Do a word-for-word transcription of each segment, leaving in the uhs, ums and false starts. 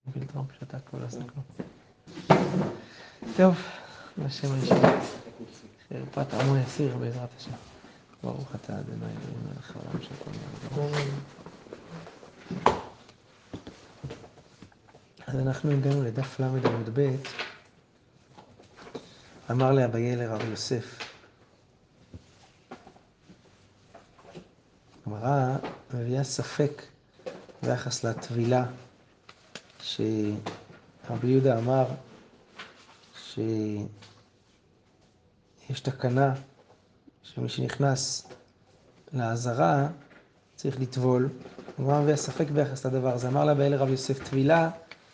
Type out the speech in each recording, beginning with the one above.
פילטרום שאתה הכל עושה כלום. טוב, לשם הישב. חרפת עמו יסיר בעזרת השם. ברוך אתה אדוני אלוהינו מלך העולם שהכל נהיה בדברו. אז אנחנו הגענו לדף למד עמוד ב'. אמר לאביי לרב יוסף. הגמרא מביאה ספק ביחס לטבילה שרבי יהודה אמר שיש תקנה שמי שנכנס לעזרה צריך לטבול. הגמרא מביאה ספק ביחס לדבר הזה. אמר לאביי לרב יוסף, טבילה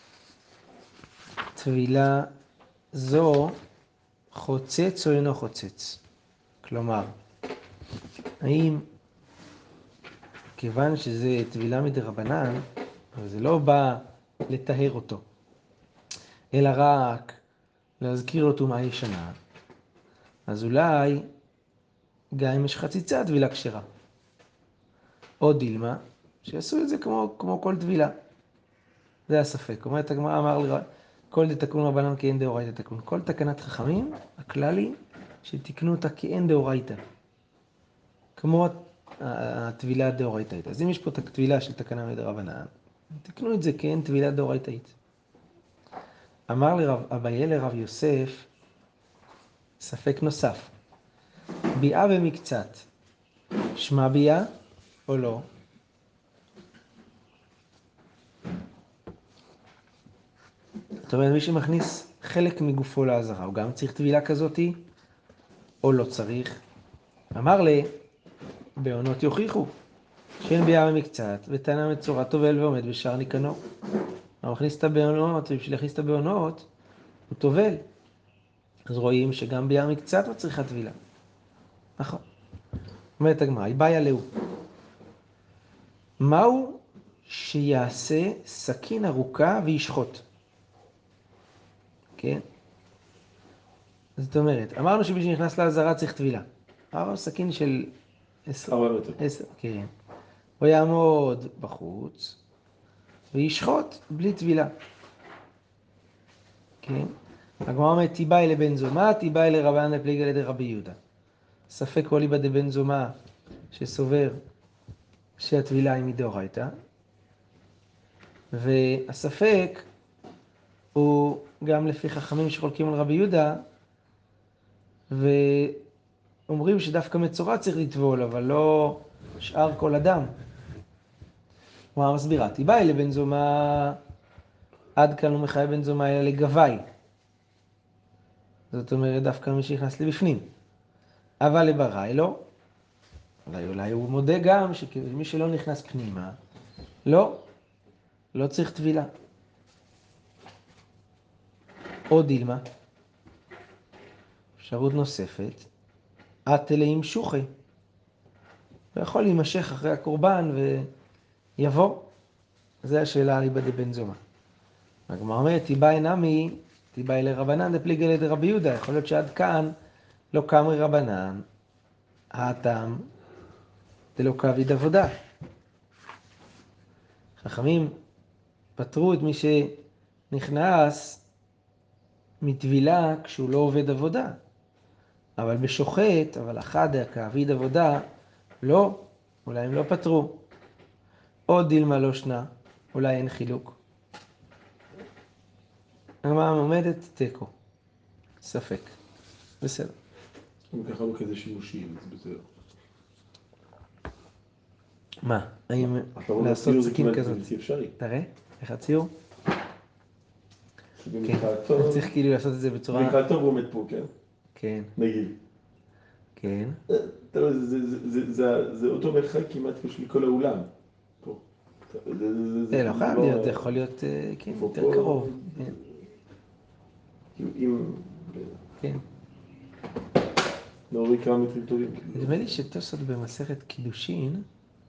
טבילה זו חוצץ או אינו חוצץ? כלומר, האם כיוון שזה טבילה מדרבנן, זה לא בא לטהר אותו, אלא רק להזכיר לו טומאה ישנה, אז אולי גם אם יש חציצה, טבילה כשרה. או דילמה, שיעשו את זה כמו, כמו כל טבילה. זה הספק. אומרת הגמרא, אמר לי, כל דתקון רבנן כאין דאורייתא תקון. כל תקנת חכמים, הכלל היא שתקנו אותה כאין דאורייתא. כמו הטבילה דאורייתאית. אז אם יש פה את הטבילה של תקנה מדרבנן, תקנו את זה כאין טבילה דאורייתאית. אמר לרב אביי לרב יוסף, ספק נוסף. ביאה במקצת, שמה ביאה או לא? זאת אומרת, מי שמכניס חלק מגופו לעזרה, הוא גם צריך טבילה כזאתי או לא צריך? אמר לי, בעונות יוכיחו, שאין ביאה במקצת, ותנא מצורע טובל ועומד בשער ניקנור. הוא מכניס את הבעונות, ובשביל להכניס את הבעונות, הוא טובל. אז רואים שגם ביאה מקצת מצריכה טבילה. נכון. אומרת הגמרא, היא בעיה לאו. מהו שיעשה סכין ארוכה וישחוט? כן? זאת אומרת, אמרנו שמי שנכנס לעזרה צריך טבילה. אבל סכין של עשר, עשר, כן. הוא יעמוד בחוץ וישחוט בלי טבילה. כן? הגמרא אומרת, תיבאי לבן זומא, תיבאי לרבנן לפליגי לדרבי יהודה. ספק אליבא דבן זומא שסובר שהטבילה היא מדאורייתא, והספק הוא גם לפי חכמים שחולקים על רבי יהודה, ואומרים שדווקא מצורע צריך לטבול, אבל לא שאר כל אדם. מה מסבירה? תיבאי לבן זומא, עד כאן הוא מחייב בן זומא אלא לגבי. זאת אומרת, דווקא מי שנכנס לבפנים. אבל לבראי לא. אולי, אולי הוא מודה גם שמי שלא נכנס פנימה, לא, לא צריך טבילה. או דילמה, אפשרות נוספת, אטלה שוחי. הוא יכול להימשך אחרי הקורבן ויבוא. זו השאלה אליבא דבן זומא. הגמרא אומרת, תיבאי נמי, תיבאי לרבנן דפליגי לדרבי יהודה. יכול להיות שעד כאן לא קמרי רבנן, האטם דלא קביד עבודה. חכמים פטרו את מי שנכנס מטבילה כשהוא לא עובד עבודה. אבל בשוחט, אבל אחד כעביד עבודה, לא, אולי הם לא פטרו. או דילמה לא שנה, אולי אין חילוק. הגמרא עומדת תיקו. ספק. בסדר. אם ככה לא כזה שימושי, זה בסדר. מה? האם לעשות סכין כזאת? תראה, איך הציור? כן, אני צריך כאילו לעשות את זה בצורה... במקרה טוב הוא עומד פה, כן? כן. נגיד. כן. זה אותו מרחק כמעט של כל האולם. פה. זה לא חייב להיות, זה יכול להיות, כן, יותר קרוב. אם... כן. לא כמה מטרים טובים. נדמה לי שתוספות במסכת קידושין,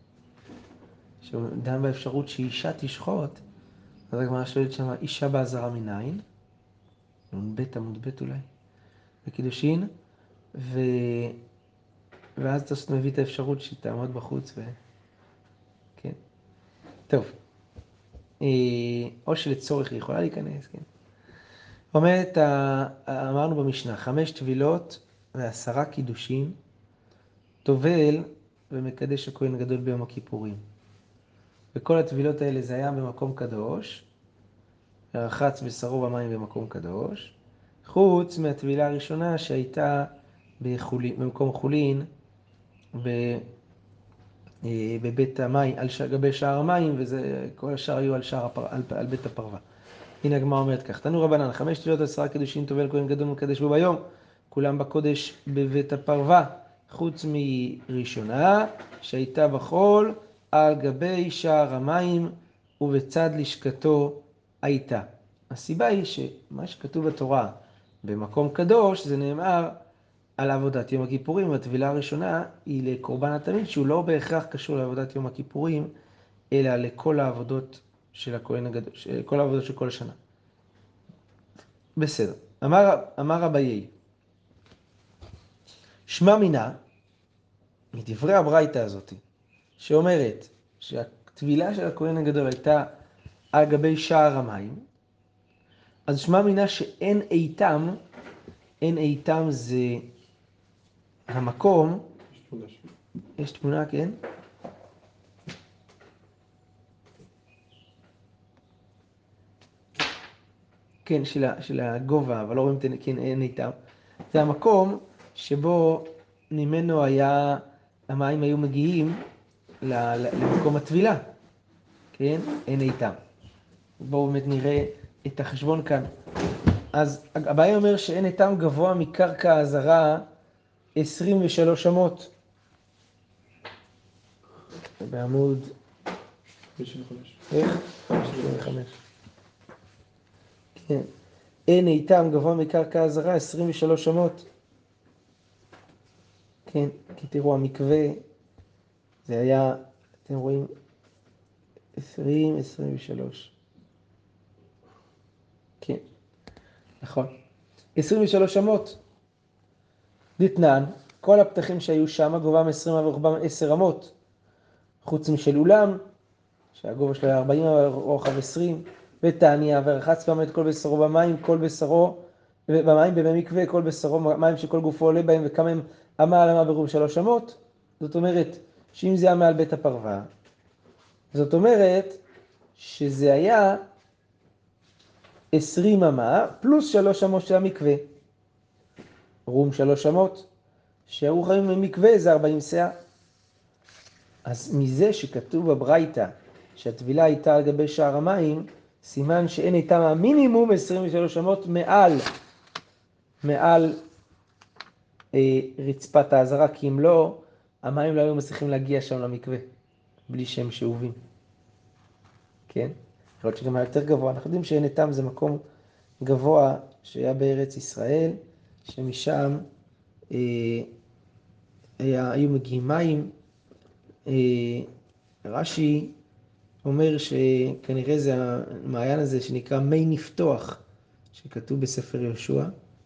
שדן באפשרות שאישה תשחוט, אז הגמרא שואלת שם, אישה בעזרה מניין, נ"ב עמוד ב' אולי, בקידושין, ו... ואז תוספות מביא את האפשרות שהיא תעמוד בחוץ ו... כן. טוב. או שלצורך היא יכולה להיכנס, כן. אומרת, ה- אמרנו במשנה, חמש טבילות ועשרה קידושים, טובל ומקדש הכהן הגדול ביום הכיפורים. וכל הטבילות האלה זה היה במקום קדוש, רחץ בשרו במים במקום קדוש, חוץ מהטבילה הראשונה שהייתה בחולין, במקום חולין, ב, אה, בבית המים, על ש, גבי שער המים, וכל השאר היו על, שער הפר, על, על בית הפרווה. הנה הגמרא אומרת כך, תנו רבנן, חמש טבילות עשרה קידושים טובל כהן גדול ומקדש בו ביום, כולם בקודש בבית הפרווה, חוץ מראשונה שהייתה בחול על גבי שער המים ובצד לשכתו הייתה. הסיבה היא שמה שכתוב בתורה במקום קדוש זה נאמר על עבודת יום הכיפורים, והטבילה הראשונה היא לקורבן התמיד שהוא לא בהכרח קשור לעבודת יום הכיפורים אלא לכל העבודות של הכהן הגדול, כל העבודות של כל השנה. בסדר. אמר, אמר אביי, שמע מינה, מדברי הברייתא הזאת, שאומרת שהטבילה של הכהן הגדול הייתה על גבי שער המים, אז שמע מינה שאין איתם, אין איתם זה המקום, יש תמונה שלי. יש תמונה, כן? כן, של, של הגובה, אבל לא רואים, כן, אין איתם. זה המקום שבו ממנו היה, המים היו מגיעים למקום הטבילה, כן? אין איתם. בואו באמת נראה את החשבון כאן. אז הבעיה אומר שאין איתם גבוה מקרקע הזרה עשרים ושלוש אמות. בעמוד... חמישים וחמש. איך? חמישים וחמש. כן. אין איתם גבוה מקרקע הזרה עשרים ושלוש אמות. כן, כי תראו, המקווה, זה היה, אתם רואים, עשרים, עשרים ושלוש. כן, נכון. עשרים ושלוש אמות. דתנן, כל הפתחים שהיו שם, גובהם עשרים ורוחבם עשר אמות. חוץ משל אולם, שהגובה שלו היה ארבעים, רוחב עשרים, ותעניה, ורחץ פעם את כל בשרו במים, כל בשרו, במים במי מקווה, כל בשרו, מים שכל גופו עולה בהם, וכמה הם אמה על אמה ברוב שלוש אמות. זאת אומרת, שאם זה היה מעל בית הפרווה, זאת אומרת, שזה היה עשרים אמה, פלוס שלוש אמות של המקווה. רום שלוש אמות, שהרוחבים במקווה זה ארבעים שאה. אז מזה שכתוב בברייתא שהטבילה הייתה על גבי שער המים, סימן שאין איתם המינימום עשרים ושלוש אמות מעל, מעל אה, רצפת העזרה, כי אם לא, המים לא היו מצליחים להגיע שם למקווה, בלי שהם שאובים. כן? יכול להיות שגם היה יותר גבוה. אנחנו יודעים שאין איתם זה מקום גבוה שהיה בארץ ישראל, שמשם אה, היה, היו מגיעים מים. אה, רש"י אומר שכנראה זה המעיין הזה שנקרא מי נפתוח, שכתוב בספר יהושע,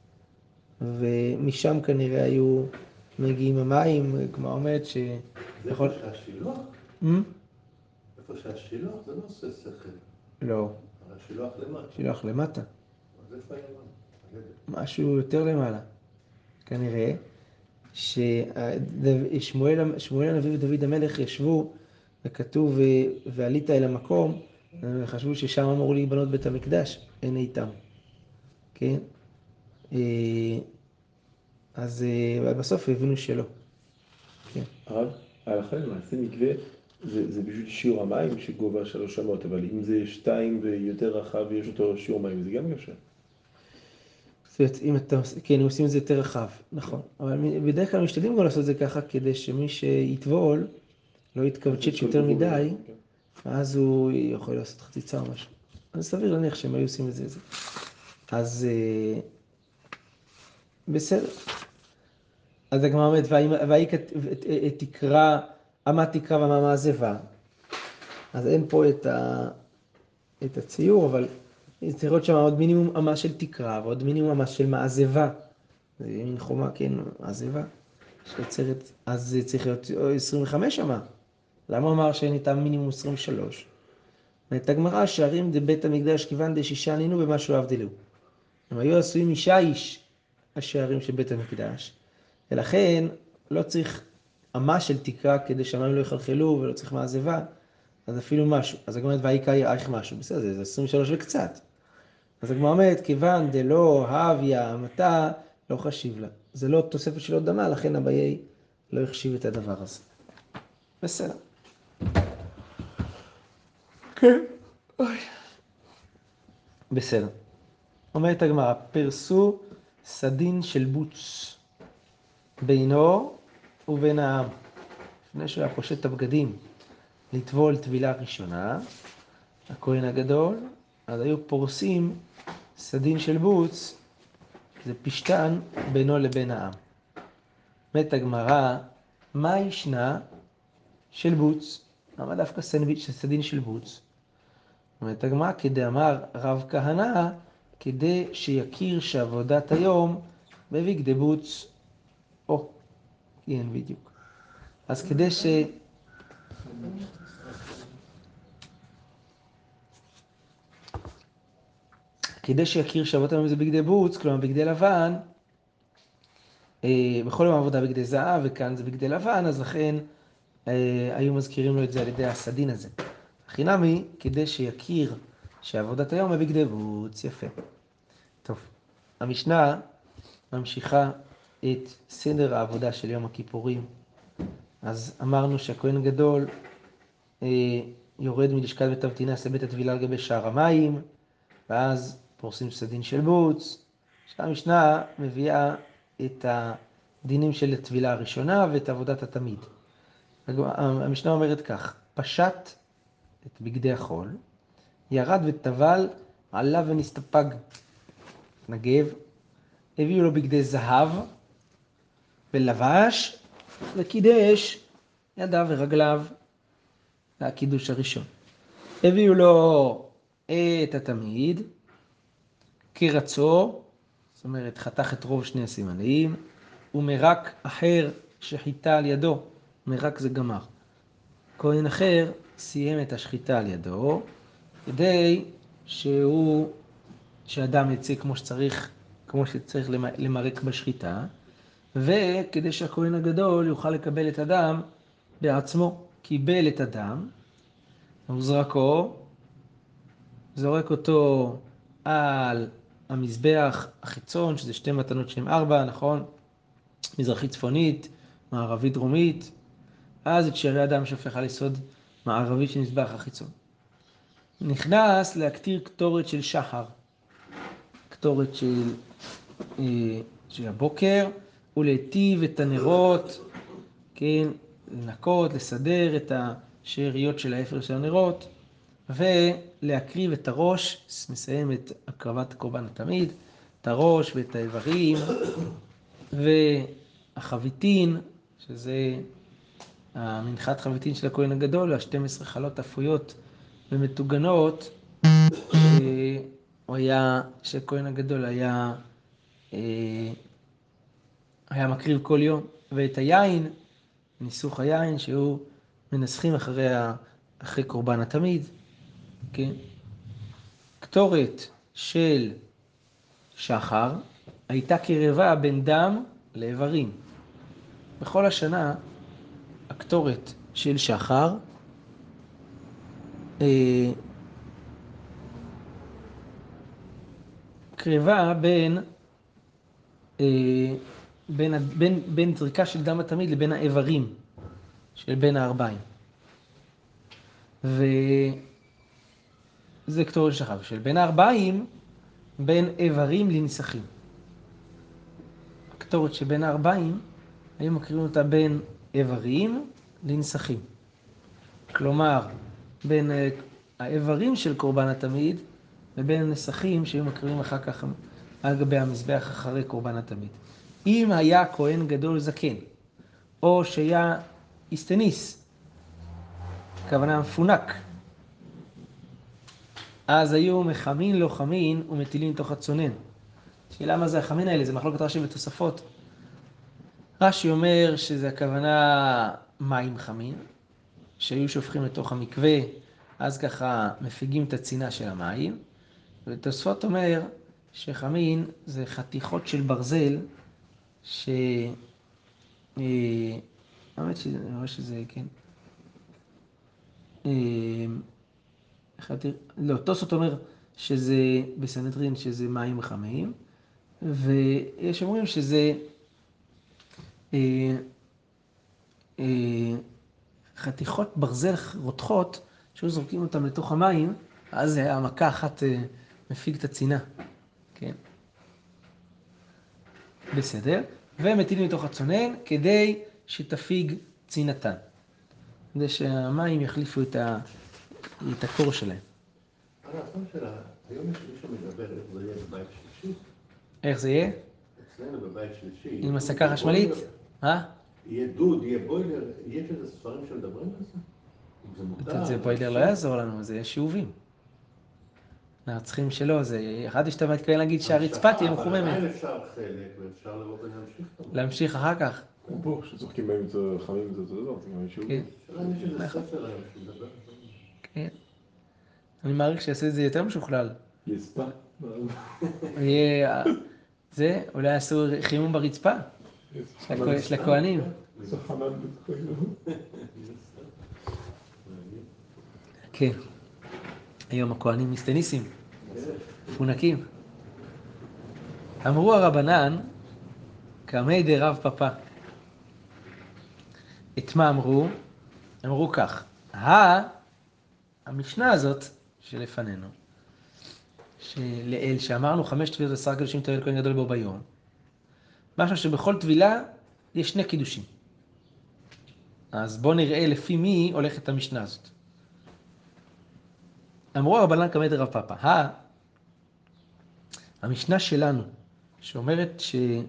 ומשם כנראה היו מגיעים המים, כמו אומרת ש... זה איפה שהשילוח? Hmm? איפה שהשילוח זה לא עושה שכל. לא, השילוח למטה. שילוח למטה, אז איפה היה למטה? משהו יותר למעלה. כנראה ששמואל שמואל הנביא ודוד המלך ישבו, וכתוב ועלית אל המקום, וחשבו ששם אמור להיבנות בית המקדש, אין איתם. כן? אז בסוף הבינו שלא. כן. הרב, ההלכה למעשה מקווה זה, זה בשביל שיעור המים שגובה שלוש אמות, אבל אם זה שתיים ויותר רחב ויש אותו שיעור מים, זה גם יושב. זאת אומרת, אם אתה, כן, הם עושים את זה יותר רחב, נכון. אבל בדרך כלל משתדלים גם לעשות את זה ככה, כדי שמי שיטבול לא יתכווצ'ץ' יותר מדי, אז הוא יכול לעשות חציצה או משהו. אז סביר להניח שהם היו עושים את זה. אז בסדר. אז הגמרא אומרת, והיא תקרא, אמה תקרא ומה מעזבה. אז אין פה את, ה, את הציור, אבל צריך להיות שם עוד מינימום אמה של תקרא, ועוד מינימום אמה של מעזבה. זה מין חומה, כן, מעזבה. שיוצרת, אז זה צריך להיות עשרים וחמש אמה. למה אמר שאין איתם מינימום עשרים ושלוש? ואת הגמרא שערים דבית המקדש כיוון דשישה נינו במשהו הבדלו. הם היו עשויים משיש השערים של בית המקדש, ולכן לא צריך אמה של תקרה כדי שהמים לא יחלחלו ולא צריך מעזבה, אז אפילו משהו. אז הגמרא אומרת ויקרא ירח משהו, בסדר, זה עשרים ושלוש וקצת. אז הגמרא אומרת כיוון דלא הביה המתה לא חשיב לה. זה לא תוספת של עוד דמה, לכן אביי לא החשיב את הדבר הזה. בסדר. כן. אוי. בסדר. אומרת הגמרא, פרסו סדין של בוץ בינו ובין העם. לפני שהוא היה פושט את הבגדים לטבול טבילה ראשונה, הכהן הגדול, אז היו פורסים סדין של בוץ, זה פשטן בינו לבין העם. אומרת הגמרא, מה ישנה של בוץ? למה דווקא סדין של בוץ? אומרת הגמרא, כדאמר רב כהנא, כדי שיכיר שעבודת היום בבגדי בוץ. או, כן, בדיוק. אז כדי ש... כדי שיכיר שעבודת היום זה בגדי בוץ, כלומר בגדי לבן, בכל יום העבודה בגדי זהב, וכאן זה בגדי לבן, אז לכן היו מזכירים לו את זה על ידי הסדין הזה. חינמי, כדי שיכיר שעבודת היום בבגדי בוץ. יפה. טוב, המשנה ממשיכה את סדר העבודה של יום הכיפורים. אז אמרנו שהכהן הגדול אה, יורד מלשכת בית אבטינס עשה בית הטבילה על גבי שער המים, ואז פורסים סדין של בוץ. שהמשנה מביאה את הדינים של הטבילה הראשונה ואת עבודת התמיד. המשנה אומרת כך, פשט את בגדי החול, ירד וטבל, עלה ונסתפג, נגב, הביאו לו בגדי זהב ולבש וקידש ידיו ורגליו. זה הקידוש הראשון. הביאו לו את התמיד כרצו, זאת אומרת חתך את רוב שני הסימנים, ומרק אחר שחיטה על ידו, מרק זה גמר. כהן אחר סיים את השחיטה על ידו, כדי שהוא, שאדם יצא כמו שצריך, כמו שצריך למרק בשחיטה, וכדי שהכהן הגדול יוכל לקבל את הדם בעצמו. קיבל את הדם, הוא זרקו, זורק אותו על המזבח החיצון, שזה שתי מתנות שהן ארבע, נכון? מזרחית צפונית, מערבית דרומית, אז את שארי הדם שופך על יסוד מערבי של מזבח החיצון. נכנס להקטיר קטורת של שחר, קטורת של, אה, של הבוקר, ולהטיב את הנרות, כן, לנקות, לסדר את השאריות של האפר של הנרות, ולהקריב את הראש, מסיים את הקרבת קורבן התמיד, את הראש ואת האיברים, והחביתין, שזה המנחת חביתין של הכהן הגדול, ה-שתים עשרה חלות אפויות ומטוגנות, הוא היה, שהכהן הגדול היה, היה מקריב כל יום, ואת היין, ניסוך היין, שהוא מנסחים אחרי, אחרי קורבן התמיד, כן? קטורת של שחר הייתה קרבה בין דם לאיברים. בכל השנה, הקטורת של שחר אה, קרבה בין, אה, בין, בין, בין זריקה של דם התמיד לבין האיברים של בין הארבעים. וזה קטורת של שחר. של בין הארבעים, בין איברים לנסחים. הקטורת שבין הארבעים, היו מקריבים אותה בין איברים לנסחים. כלומר, בין האיברים של קורבן התמיד, ובין הנסחים שהיו מקריבים אחר כך על גבי המזבח אחרי קורבן התמיד. אם היה כהן גדול זקן, או שהיה איסטניס, הכוונה מפונק, אז היו מחמין לו חמין ומטילים תוך הצונן. שאלה מה זה החמין האלה? זה מחלוקת רש"י ותוספות. רש"י אומר שזה הכוונה מים חמין, שהיו שופכים לתוך המקווה אז ככה מפיגים את הצינה של המים, ותוספות אומר שחמין זה חתיכות של ברזל, ש... אה, האמת שזה, אני רואה שזה, כן. אה, חתיך... לא, תוספות אומר שזה בסנהדרין, שזה מים חמים, ויש אומרים שזה אה, אה, חתיכות ברזל רותחות, שהיו זורקים אותם לתוך המים, אז המכה אחת אה, מפיג את הצינה. כן. בסדר. ומטילים מתוך הצונן כדי שתפיג צינתן. כדי שהמים יחליפו את, ה... את הקור שלהם. אה, נכון שלה, היום יש מישהו מדבר איך זה יהיה בבית שלישי. איך זה יהיה? אצלנו בבית שלישי. עם הסקה חשמלית? אה? יהיה דוד, יהיה בוילר, יש איזה ספרים שמדברים על זה? אם זה מותר. זה בוילר לא יעזור לנו, זה יהיה שאובים. אנחנו צריכים שלא, זה... אחד שאתה מתכוון להגיד שהרצפה תהיה מחוממת. אבל עדיין אפשר חלק, ואפשר לבוא ולהמשיך את זה. להמשיך אחר כך. פה, שצוחקים בהם את חמים את זה דבר, זה גם אישהו. כן. שאלה אם יש איזה ספר היום שמדבר על זה. כן. אני מעריך שיעשה את זה יותר משוכלל. יספה. יהיה... זה, אולי יעשו חימום ברצפה. של הכהנים. זה חנן בתוכנו. כן. היום הכהנים מסטניסים. פונקים. אמרו הרבנן, קמי דרב פפא. את מה אמרו? אמרו כך. ה... המשנה הזאת שלפנינו, שלאל שאמרנו חמש טבילות עשר קידושים תביא לכהן גדול בו ביום, משהו שבכל טבילה יש שני קידושים. אז בואו נראה לפי מי הולכת המשנה הזאת. אמרו הרבנן קמי דרב פפא. ה... המשנה שלנו, שאומרת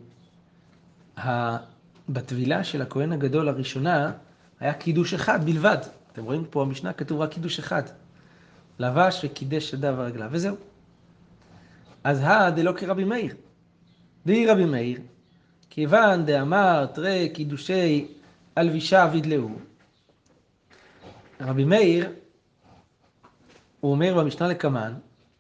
שבטבילה של הכהן הגדול הראשונה היה קידוש אחד בלבד. אתם רואים פה במשנה כתוב רק קידוש אחד. לבש וקידש ידיו ורגליו, וזהו. אז הא דלא כרבי מאיר. דהי רבי מאיר, כיוון דאמר תראה קידושי הלבישה וידלאו. רבי מאיר, הוא אומר במשנה לקמן,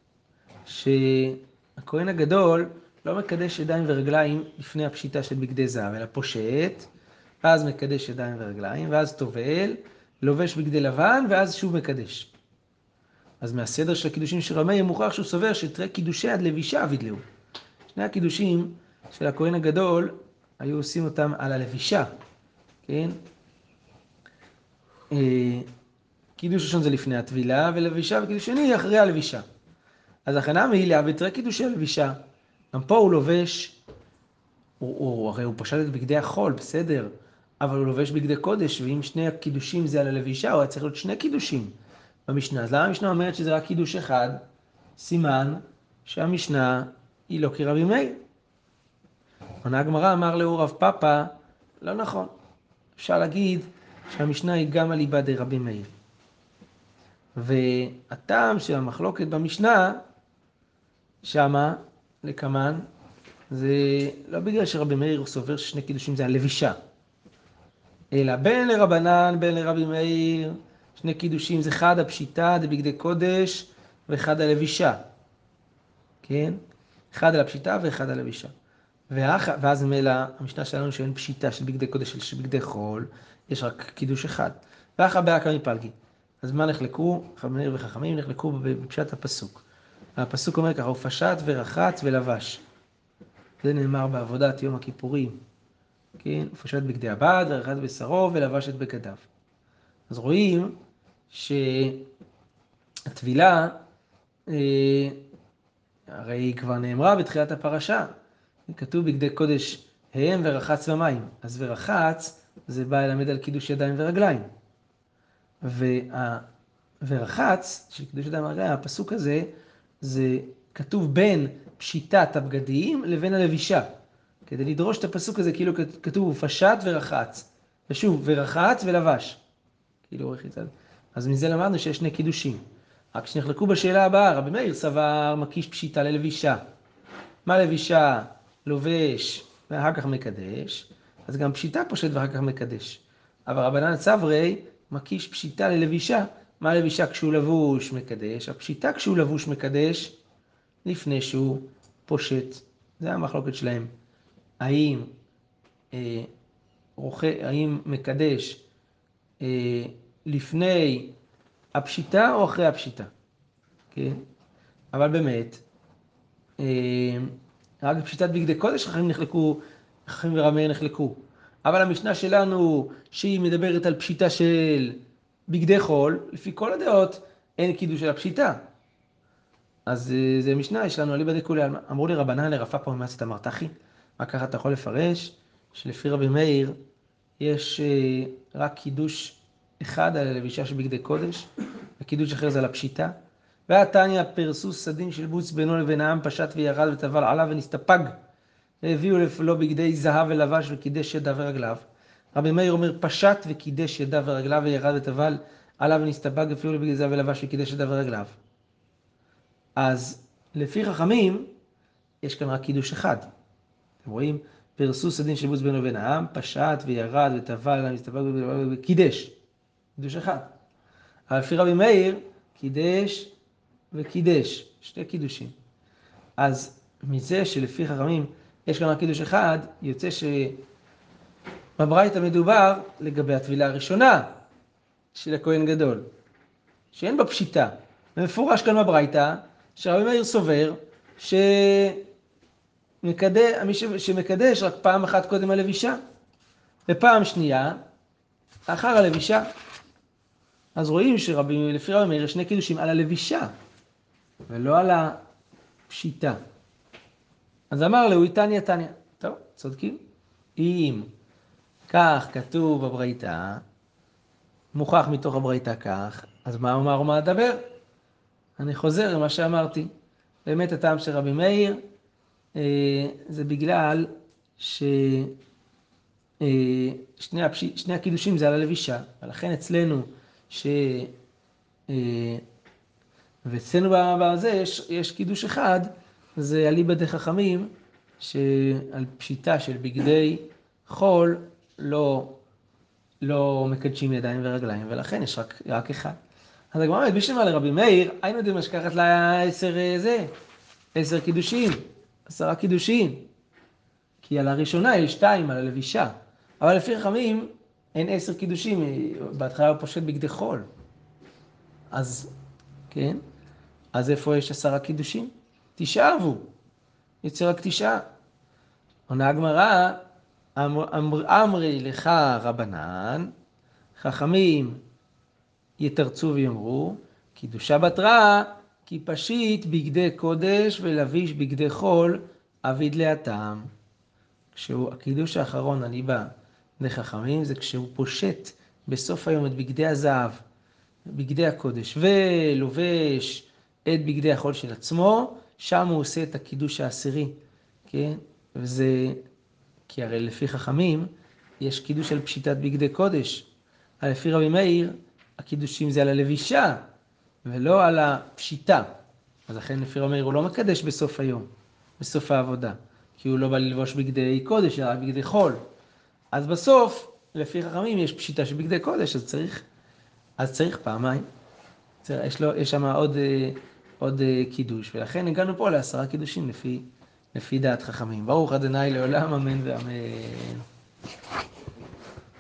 שהכהן הגדול לא מקדש ידיים ורגליים לפני הפשיטה של בגדי זהב, אלא פושט, ואז מקדש ידיים ורגליים, ואז טובל, לובש בגדי לבן, ואז שוב מקדש. אז מהסדר של הקידושים של רבי מאיר מוכרח שהוא סובר שתראה קידושי עד לבישה וידלאו. שני הקידושים של הכהן הגדול היו עושים אותם על הלבישה, כן? קידוש ראשון זה לפני הטבילה, ולבישה וקידוש שני אחרי הלבישה. אז הכנה מהילה ותראה קידושי הלבישה. גם פה הוא לובש, הוא, הוא, הרי הוא פשט את בגדי החול, בסדר, אבל הוא לובש בגדי קודש, ואם שני הקידושים זה על הלבישה, הוא היה צריך להיות שני קידושים במשנה. אז למה המשנה אומרת שזה רק קידוש אחד? סימן שהמשנה היא לא כרבי מאיר. עונה הגמרא אמר לאו רב פפא, לא נכון. אפשר להגיד שהמשנה היא גם על ליבא דרבי מאיר. והטעם של המחלוקת במשנה, שמה, לקמן, זה לא בגלל שרבי מאיר הוא סובר ששני קידושים זה הלבישה, אלא בין לרבנן, בין לרבי מאיר, שני קידושים זה אחד הפשיטה, דבגדי קודש, ואחד הלבישה. כן? אחד על הפשיטה ואחד על הלבישה. ואח, ואז מילא המשנה שלנו שאין פשיטה של בגדי קודש, של בגדי חול, יש רק קידוש אחד. ואחר באקא מפלגי. אז מה נחלקו? רבי מאיר וחכמים נחלקו בפשט הפסוק. הפסוק אומר ככה, הוא פשט ורחץ ולבש. זה נאמר בעבודת יום הכיפורים. כן? הוא פשט בגדי הבד ורחץ בשרו ולבש את בגדיו. אז רואים שהטבילה, אה, הרי היא כבר נאמרה בתחילת הפרשה. כתוב בגדי קודש הם ורחץ במים. אז ורחץ זה בא ללמד על קידוש ידיים ורגליים. וה... ורחץ, של קידוש ידיים ורגליים, הפסוק הזה, זה כתוב בין פשיטת הבגדים לבין הלבישה. כדי לדרוש את הפסוק הזה, כאילו כתוב פשט ורחץ. ושוב, ורחץ ולבש. כאילו עורך יצד. אז מזה למדנו שיש שני קידושים. רק שנחלקו בשאלה הבאה, רבי מאיר סבר מקיש פשיטה ללבישה. מה לבישה? לובש ואחר כך מקדש. אז גם פשיטה פושט ואחר כך מקדש. אבל רבנן סברי מקיש פשיטה ללבישה מה לבישה כשהוא לבוש מקדש? הפשיטה כשהוא לבוש מקדש לפני שהוא פושט. זה המחלוקת שלהם. האם, אה, רוח... האם מקדש אה, לפני הפשיטה או אחרי הפשיטה? כן? אבל באמת, אה, רק בפשיטת בגדי קודש חכמים נחלקו, חכמים ורבי נחלקו. אבל המשנה שלנו, שהיא מדברת על פשיטה של בגדי חול, לפי כל הדעות, אין קידוש של הפשיטה. אז זה משנה, יש לנו אליבא דכולי עלמא. אמרו לי רבנן לרפא פה ממסת אמרתחי, מה ככה אתה יכול לפרש? שלפי רבי מאיר, יש רק קידוש אחד על הלבישה של בגדי קודש, וקידוש אחר זה על הפשיטה. והתניא פרסו סדין של בוץ בינו לבין העם, פשט וירד וטבל עליו ונסתפג. והביאו לו בגדי זהב ולבש וקידש ידיו ורגליו. רבי מאיר אומר פשט וקידש ידיו ורגליו וירד וטבל עליו ונסתפג, והביאו לו בגדי זהב ולבש וקידש ידיו ורגליו. אז לפי חכמים, יש כאן רק קידוש אחד. אתם רואים? פרסו סדין של בוץ בינו לבין העם, פשט וירד וטבל עליו ונסתפג וקידש. קידוש אחד. אבל לפי רבי מאיר, קידש וקידש, שתי קידושים. אז מזה שלפי חכמים יש כאן רק קידוש אחד, יוצא שבברייתא מדובר לגבי הטבילה הראשונה של הכהן גדול, שאין בה פשיטה. ומפורש כאן בברייתא, שרבי מאיר סובר שמקדש, מי שמקדש רק פעם אחת קודם הלבישה, ופעם שנייה אחר הלבישה. אז רואים שלפי רבי מאיר יש שני קידושים על הלבישה, ולא על הפשיטה. אז אמר לו, תניא תניא. טוב, צודקים. אם כך כתוב בברייתא, מוכח מתוך הברייתא כך, אז מה אומר ומה אדבר? אני חוזר למה שאמרתי. באמת הטעם של רבי מאיר, אה, זה בגלל ששני אה, הפש... שני הקידושים זה על הלבישה, ולכן אצלנו, ש... אה, ואצלנו בזה יש, יש קידוש אחד, זה אליבא דחכמים, שעל פשיטה של בגדי חול לא, לא מקדשים ידיים ורגליים, ולכן יש רק, רק אחד. אז הגמרא אומרת, בשביל לרבי מאיר, היינו יודעים משכחת לה עשר זה, עשר קידושים, עשרה קידושים. כי על הראשונה יש שתיים, על הלבישה. אבל לפי חכמים אין עשר קידושים, בהתחלה הוא פושט בגדי חול. אז, כן? אז איפה יש עשרה קידושים? תשעה עבו. יוצא רק תשעה. עונה הגמרא, אמר, אמר, אמרי לך רבנן, חכמים יתרצו ויאמרו, קידושה בתרא, כי פשיט בגדי קודש ולביש בגדי חול, אביד להטעם. כשהוא, הקידוש האחרון הליבה לחכמים, זה כשהוא פושט בסוף היום את בגדי הזהב, בגדי הקודש, ולובש את בגדי החול של עצמו, שם הוא עושה את הקידוש העשירי, כן? וזה, כי הרי לפי חכמים, יש קידוש על פשיטת בגדי קודש. אבל לפי רבי מאיר, הקידושים זה על הלבישה, ולא על הפשיטה. אז לכן לפי רבי מאיר הוא לא מקדש בסוף היום, בסוף העבודה, כי הוא לא בא ללבוש בגדי קודש, אלא בגדי חול. אז בסוף, לפי חכמים, יש פשיטה של בגדי קודש, אז צריך, אז צריך פעמיים. יש, לו, יש שם עוד, עוד קידוש, ולכן הגענו פה לעשרה קידושים לפי, לפי דעת חכמים. ברוך ה' לעולם, אמן ואמן.